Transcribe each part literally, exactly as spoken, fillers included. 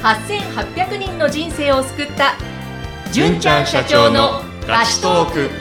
はっせんはっぴゃくにんの人生を救った純ちゃん社長のガチトーク。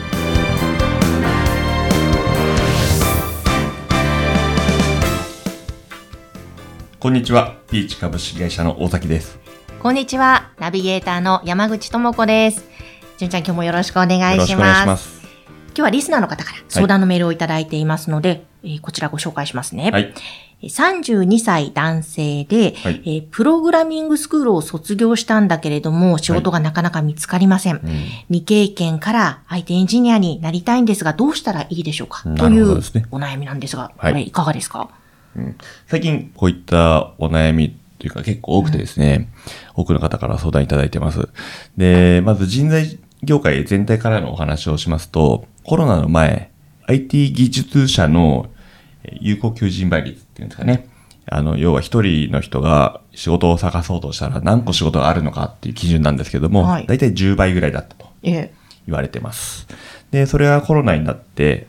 こんにちは、ピーチ株式会社の大崎です。 こんにちは、ナビゲーターの山口智子です。純ちゃん、今日もよろしくお願いします。 よろしくお願いします。 今日はリスナーの方から相談のメールをいただいていますので、はい、えー、こちらご紹介しますね。はい。さんじゅうにさい男性で、はい、えー、プログラミングスクールを卒業したんだけれども、仕事がなかなか見つかりません。はい、うん、未経験から アイティー エンジニアになりたいんですが、どうしたらいいでしょうか、というお悩みなんですが、これいかがですか？ うん、最近こういったお悩みというか結構多くてですね、うん、多くの方から相談いただいてます。で、まず人材業界全体からのお話をしますと、コロナの前、アイティー 技術者の有効求人倍率っていうんですかね。あの、要は一人の人が仕事を探そうとしたら何個仕事があるのかっていう基準なんですけども、はい、だいたいじゅうばいぐらいだったと言われてます。で、それがコロナになって、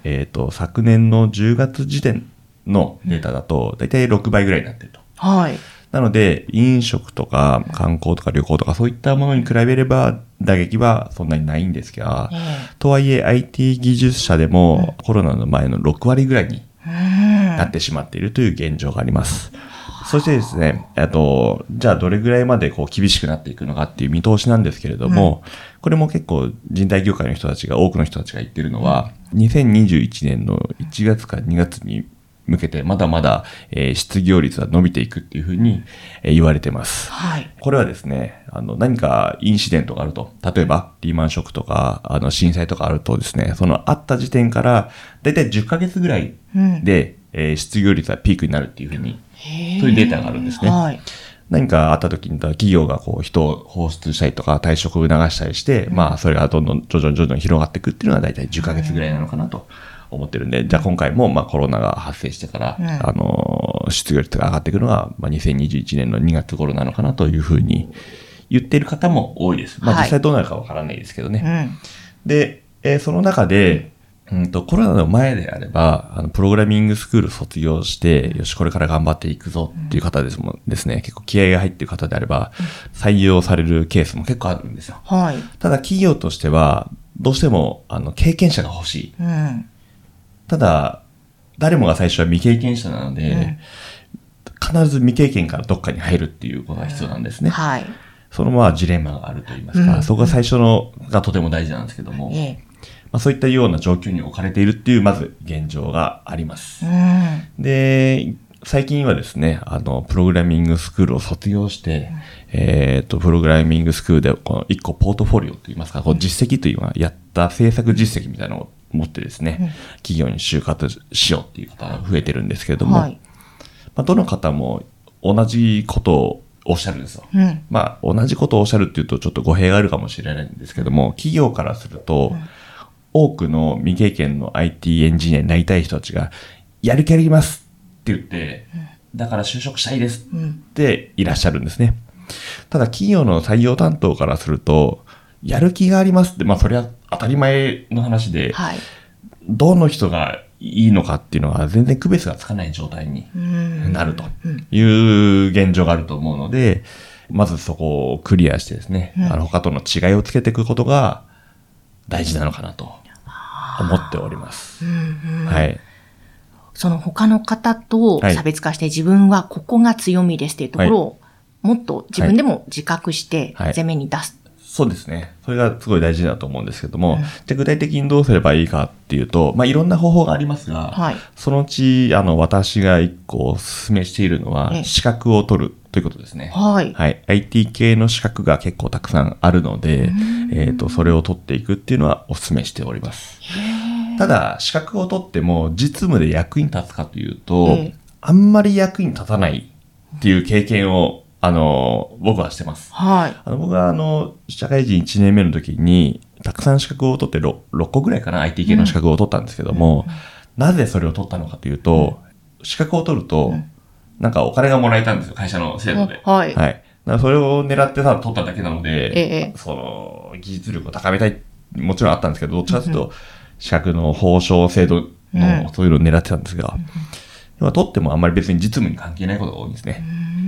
えっと、昨年のじゅうがつ時点のデータだと、だいたいろくばいぐらいになってると。はい。なので、飲食とか観光とか旅行とかそういったものに比べれば打撃はそんなにないんですが、うん、とはいえ アイティー 技術者でもコロナの前のろくわりぐらいになってしまっているという現状があります。うん、そしてですね、あと、じゃあどれぐらいまでこう厳しくなっていくのかっていう見通しなんですけれども、うん、これも結構人材業界の人たちが、多くの人たちが言ってるのは、にせんにじゅういちねんのいちがつかにがつに向けてまだまだ、えー、失業率は伸びていくっていうふうに、えー、言われてます。はい。これはですね、あの何かインシデントがあると、例えばリーマンショックとかあの震災とかあるとですね、そのあった時点からだいたいじゅっかげつぐらいで、うんえー、失業率はピークになるっていうふうに、そういうデータがあるんですね。はい。何かあった時に企業がこう人を放出したりとか退職を促したりして、うん、まあそれがどんどん徐々に徐々に広がっていくっていうのはだいたいじゅっかげつぐらいなのかなと。思ってるんで、じゃあ今回もまあコロナが発生してから、うん、あの、失業率が上がっていくのが、まあ、にせんにじゅういちねんのにがつ頃なのかなというふうに言っている方も多いです。まあ実際どうなるかわからないですけどね。はい、で、えー、その中で、うんと、コロナの前であれば、あの、プログラミングスクール卒業して、よし、これから頑張っていくぞっていう方ですもんですね、結構気合が入っている方であれば、採用されるケースも結構あるんですよ。はい。ただ企業としては、どうしても、あの、経験者が欲しい。うんただ、誰もが最初は未経験者なので、うん、必ず未経験からどっかに入るっていうことが必要なんですね。うん、はい。そのまあジレンマがあると言いますか、うん、そこが最初のがとても大事なんですけども、うんまあ、そういったような状況に置かれているっていうまず現状があります。うん、で、最近はですね、あの、プログラミングスクールを卒業して、うん、えっと、プログラミングスクールでこの一個ポートフォリオと言いますか、こう実績というのはやった制作実績みたいなのを持ってですね、うん、企業に就活しようっていう方が増えてるんですけれども、はいまあ、どの方も同じことをおっしゃるんですよ。うん、まあ、同じことをおっしゃるっていうとちょっと語弊があるかもしれないんですけども、企業からすると、うん、多くの未経験の アイティー エンジニアになりたい人たちが、やる気ありますって言って、うん、だから就職したいですっていらっしゃるんですね。ただ企業の採用担当からすると、やる気がありますって、まあそれは当たり前の話で、はい、どの人がいいのかっていうのは全然区別がつかない状態になるという現状があると思うので、まずそこをクリアしてですね、うん、あの他との違いをつけていくことが大事なのかなと思っております。うんうん、はい。 その他の方と差別化して自分はここが強みですっていうところをもっと自分でも自覚して前面に出す。はいはいそうですね。それがすごい大事だと思うんですけども、うん、じゃあ具体的にどうすればいいかっていうと、まあ、いろんな方法がありますが、はい、そのうち、あの、私が一個お勧めしているのは、資格を取るということですね。はい。はい。アイティー 系の資格が結構たくさんあるので、えっと、それを取っていくっていうのはお勧めしております。ただ、資格を取っても、実務で役に立つかというと、あんまり役に立たないっていう経験をあの、僕はしてます。はい。あの、僕はあの、社会人いちねんめの時に、たくさん資格を取って 6, ろっこぐらいかな、アイティー 系の資格を取ったんですけども、うん、なぜそれを取ったのかというと、うん、資格を取ると、うん、なんかお金がもらえたんですよ、会社の制度で。はい。はい。だからそれを狙ってたら取っただけなので、ええ、その、技術力を高めたい、もちろんあったんですけど、どっちかというと、資格の報奨制度の、そういうのを狙ってたんですが、うん、取ってもあんまり別に実務に関係ないことが多いんですね。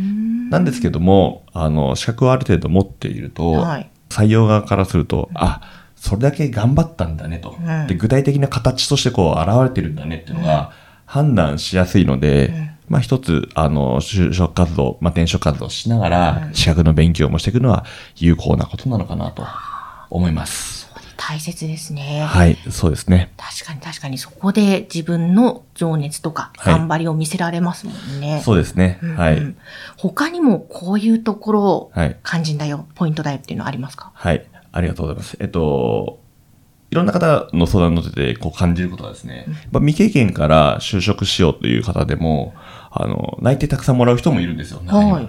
なんですけども、あの、資格をある程度持っていると、はい、採用側からすると、うん、あ、それだけ頑張ったんだねと、うん。で、具体的な形としてこう現れてるんだねっていうのが判断しやすいので、うん、まあ一つ、あの、就職活動、まあ転職活動しながら、資格の勉強もしていくのは有効なことなのかなと思います。 大切ですね。 はい、そうですね。 確かに確かにそこで自分の情熱とか頑張りを見せられますもんね。 はい、そうですね。うんうん、はい。 他にもこういうところを肝心だよ、はい、ポイントだよっていうのはありますか？ はい、ありがとうございます。えっと、いろんな方の相談に乗っててこう感じることはですね、うん、まあ、未経験から就職しようという方でも、あの、内定たくさんもらう人もいるんですよ。はい、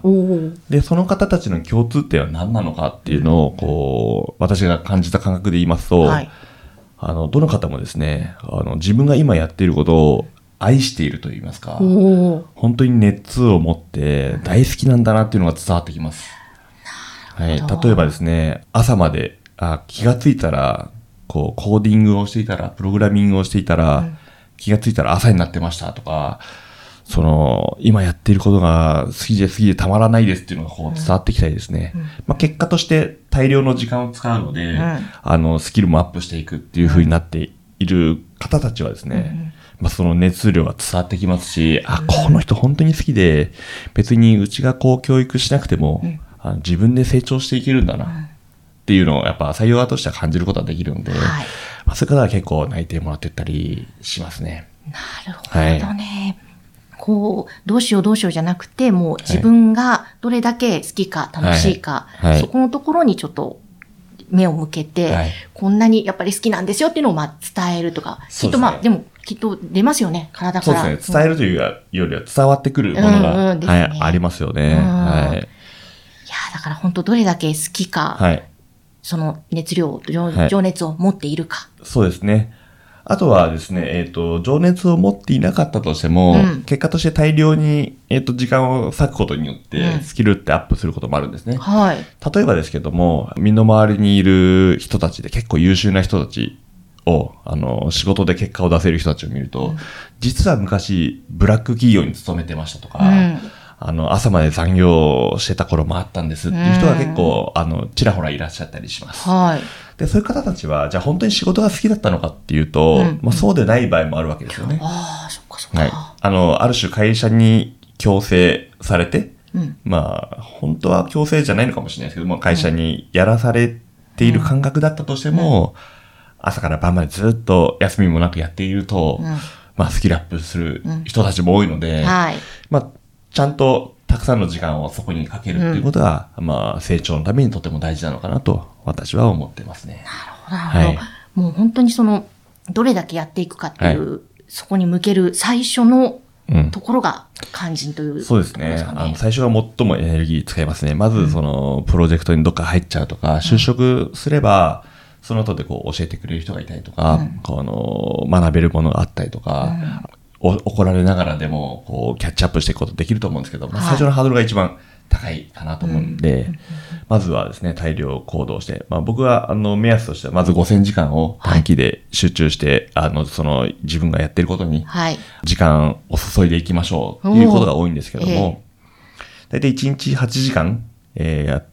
で、その方たちの共通点は何なのかっていうのを、こう、私が感じた感覚で言いますと、はい、あの、どの方もですね、あの、自分が今やっていることを愛していると言いますか、本当に熱を持って大好きなんだなっていうのが伝わってきます。はい、例えばですね、朝まで、あ、気がついたら、こう、コーディングをしていたら、プログラミングをしていたら、うん、気がついたら朝になってましたとか、その、今やっていることが好きで好きでたまらないですっていうのがこう伝わってきたりですね。うんうん、まあ、結果として大量の時間を使うので、うん、あの、スキルもアップしていくっていう風になっている方たちはですね、うん、まあ、その熱量が伝わってきますし、あ、この人本当に好きで、別にうちがこう教育しなくても、うん、あの自分で成長していけるんだなっていうのをやっぱ採用側としては感じることができるので、はい、まあ、そういう方は結構内定もらってったりしますね。 なるほどね。はい、こう、どうしようどうしようじゃなくて、もう自分がどれだけ好きか楽しいか、はいはい、そこのところにちょっと目を向けて、はい、こんなにやっぱり好きなんですよっていうのをまあ伝えるとか、きっとまあ、でもきっと出ますよね、体から。 そうですね。伝えるというよりは伝わってくるものが、うんうんね、はい、ありますよね。はい。いや、 だから本当どれだけ好きか、はい、その熱量、情熱を持っているか。 はい、そうですね。あとはですね、えっと、情熱を持っていなかったとしても、うん、結果として大量に、えっと、時間を割くことによって、スキルってアップすることもあるんですね。うん、はい。例えばですけども、身の回りにいる人たちで結構優秀な人たちを、あの、仕事で結果を出せる人たちを見ると、うん、実は昔、ブラック企業に勤めてましたとか、うん、あの、朝まで残業してた頃もあったんですっていう人が結構、うん、あの、ちらほらいらっしゃったりします。はい。で、そういう方たちは、じゃあ本当に仕事が好きだったのかっていうと、うん、まあそうでない場合もあるわけですよね。 ああ、そっかそっか。 はい。あの、ある種会社に強制されて、うん、まあ、本当は強制じゃないのかもしれないですけども、会社にやらされている感覚だったとしても、うん、朝から晩までずっと休みもなくやっていると、うん、まあスキルアップする人たちも多いので、うん、はい。まあ、ちゃんとたくさんの時間をそこにかけるっていうことが、うん、まあ成長のためにとても大事なのかなと私は思ってますね。 なるほど、なるほど。はい、もう本当にその、どれだけやっていくかっていう、はい、そこに向ける最初のところが肝心という、ね、 そうですね。あの、最初が最もエネルギー使いますね。まずその、プロジェクトにどっか入っちゃうとか、就職すれば、その後でこう教えてくれる人がいたりとか、うん、こうあの、学べるものがあったりとか、うん、怒られながらでも、こう、キャッチアップしていくことできると思うんですけど、まあ、最初のハードルが一番高いかなと思うんで、うん、まずはですね、大量行動して、まあ僕は、あの、目安としては、まずごせんじかんを短期で集中して、はい、あの、その、自分がやってることに、時間を注いでいきましょう、ということが多いんですけども、だいたいいちにちはちじかん、えー、やって、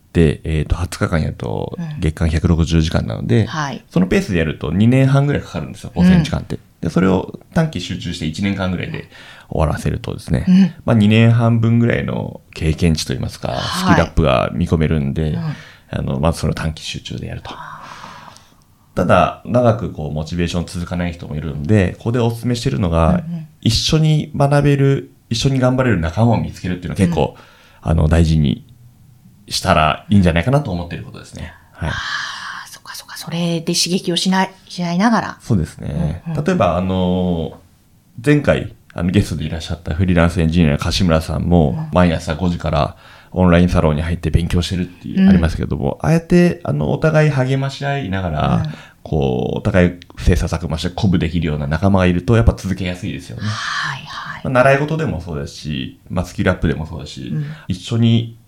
えっと、はつかかんやると、月間ひゃくろくじゅうじかんなので、うんはい、そのペースでやるとにねんはんぐらいかかるんですよ、ごせんじかんって。うんで、それを短期集中していちねんかんぐらいで終わらせるとですね、うん、まあにねんはんぶんぐらいの経験値といいますか、はい、スキルアップが見込めるんで、うん、あの、まずその短期集中でやると。ただ、長くこう、モチベーション続かない人もいるんで、ここでお勧めしているのが、うんうん、一緒に学べる、一緒に頑張れる仲間を見つけるっていうのは結構、うん、あの、大事にしたらいいんじゃないかなと思っていることですね。はい。 それで刺激をしない、しないながら。 そうですね。うんうん、例えば、あの、前回、あの、ゲストでいらっしゃったフリーランスエンジニアの柏村さんも、毎朝ごじからオンラインサロンに入って勉強してるっていう、ありますけども、うん、ああやって、あの、お互い励まし合いながら、うん、こう、お互い切磋琢磨して鼓舞できるような仲間がいると、やっぱ続けやすいですよね。はいはい。まあ、習い事でもそうですし、まあ、スキルアップでもそうですし、うん、一緒に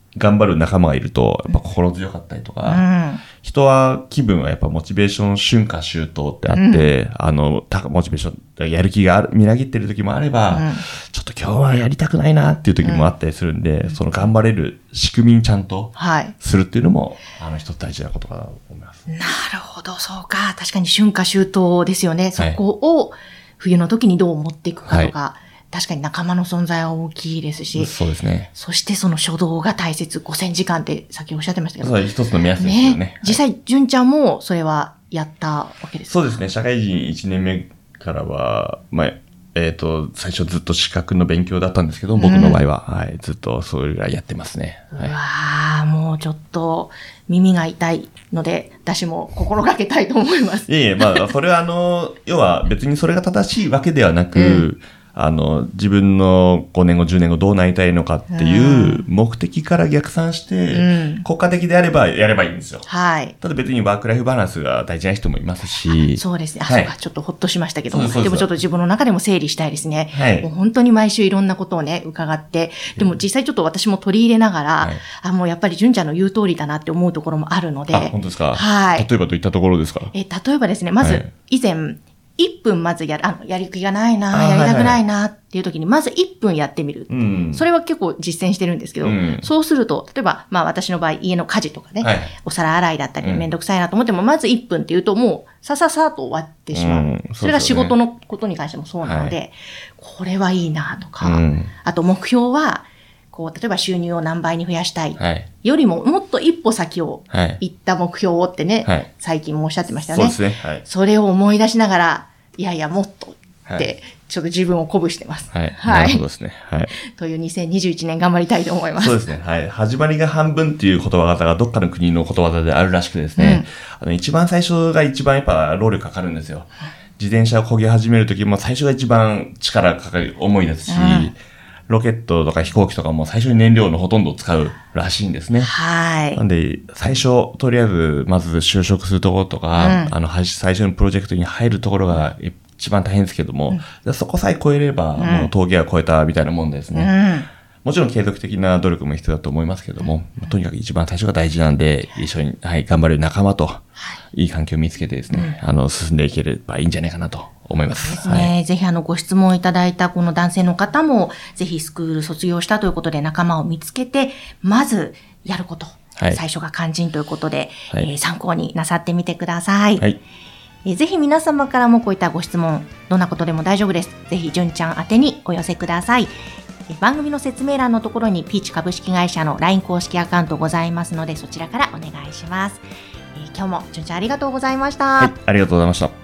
頑張る仲間がいると、やっぱ心強かったりとか、 うん、 人は気分はやっぱモチベーション春夏秋冬ってあって、うん、あの、モチベーション、やる気がある、みなぎってる時もあれば、うん、ちょっと今日はやりたくないなっていう時もあったりするんで、うん、その頑張れる仕組みにちゃんとするっていうのも、はい、あの、一つ大事なことかなと思います。 なるほど、そうか。確かに春夏秋冬ですよね。そこを冬の時にどう持っていくかとか、はい、確かに仲間の存在は大きいですし。 そうですね。 そしてその初動が大切。ごせんじかんってさっきおっしゃってましたけど。 そう、一つの目安ですよね。ね、 実際、純ちゃんもそれはやったわけですか？ そうですね。社会人いちねんめからは、まあ、えっと、最初ずっと資格の勉強だったんですけど、僕の場合は、うん、はい、ずっとそれぐらいやってますね。はい、 うわー、もうちょっと耳が痛いので、私も心がけたいと思います。 いえいえ、まあ、それはあの、要は別にそれが正しいわけではなく、うんあの、自分のごねんご、じゅうねんごどうなりたいのかっていう目的から逆算して、うん、効果的であればやればいいんですよ。 はい。 ただ別にワークライフバランスが大事な人もいますし。 そうですね。あ、はい、そうか。ちょっとほっとしましたけども。でもちょっと自分の中でも整理したいですね。はい。もう本当に毎週いろんなことをね、伺って、でも実際ちょっと私も取り入れながら、はい、あ、もうやっぱり純ちゃんの言う通りだなって思うところもあるので。 あ、本当ですか？ はい。 例えばどういったところですか？ え、例えばですね、まず、以前、はいいっぷんまずやる、あの、やる気がないな、やりたくないなっていう時に、まずいっぷんやってみる。うん、それは結構実践してるんですけど、うん、そうすると、例えば、まあ私の場合、家の家事とかね、はい、お皿洗いだったりめんどくさいなと思っても、うん、まずいっぷんっていうと、もう、さささと終わってしまう。うん、そ, うそれが仕事のことに関してもそうなので、はい、これはいいなとか、うん、あと目標は、こう、例えば収入を何倍に増やしたい。はい、よりも、もっと一歩先を行った目標をってね、はい、最近もおっしゃってましたよね。 そうですね。はい、 それを思い出しながら、いやいや、もっとって、ちょっと自分を鼓舞してます。 はい。はい、なるほどですね。はい。 というにせんにじゅういちねん頑張りたいと思います。 そうですね。はい。始まりが半分っていう言葉方がどっかの国のことわざであるらしくですね、うん、あの一番最初が一番やっぱ労力かかるんですよ。自転車を漕ぎ始めるときも最初が一番力かかる重いですし、うんロケットとか飛行機とかも最初に燃料のほとんどを使うらしいんですね。 はい。 なんで、最初、とりあえず、まず就職するところとか、うん、あの、最初のプロジェクトに入るところが一番大変ですけども、うん、そこさえ超えれば、うん、もう峠は越えたみたいなもんですね。うんもちろん継続的な努力も必要だと思いますけども、とにかく一番最初が大事なんで、一緒に、はい、頑張れる仲間と、いい環境を見つけてですね、うん、あの、進んでいければいいんじゃないかなと思います。 そうですね。はい、ぜひあの、ご質問いただいたこの男性の方も、ぜひスクール卒業したということで仲間を見つけて、まずやること。はい、最初が肝心ということで、はい、えー、参考になさってみてください。はい、えー、ぜひ皆様からもこういったご質問、どんなことでも大丈夫です。ぜひ、純ちゃん宛てにお寄せください。番組の説明欄のところにピーチ株式会社の ライン 公式アカウントございますのでそちらからお願いします。えー、今日も純ちゃんありがとうございました。 はい、ありがとうございました。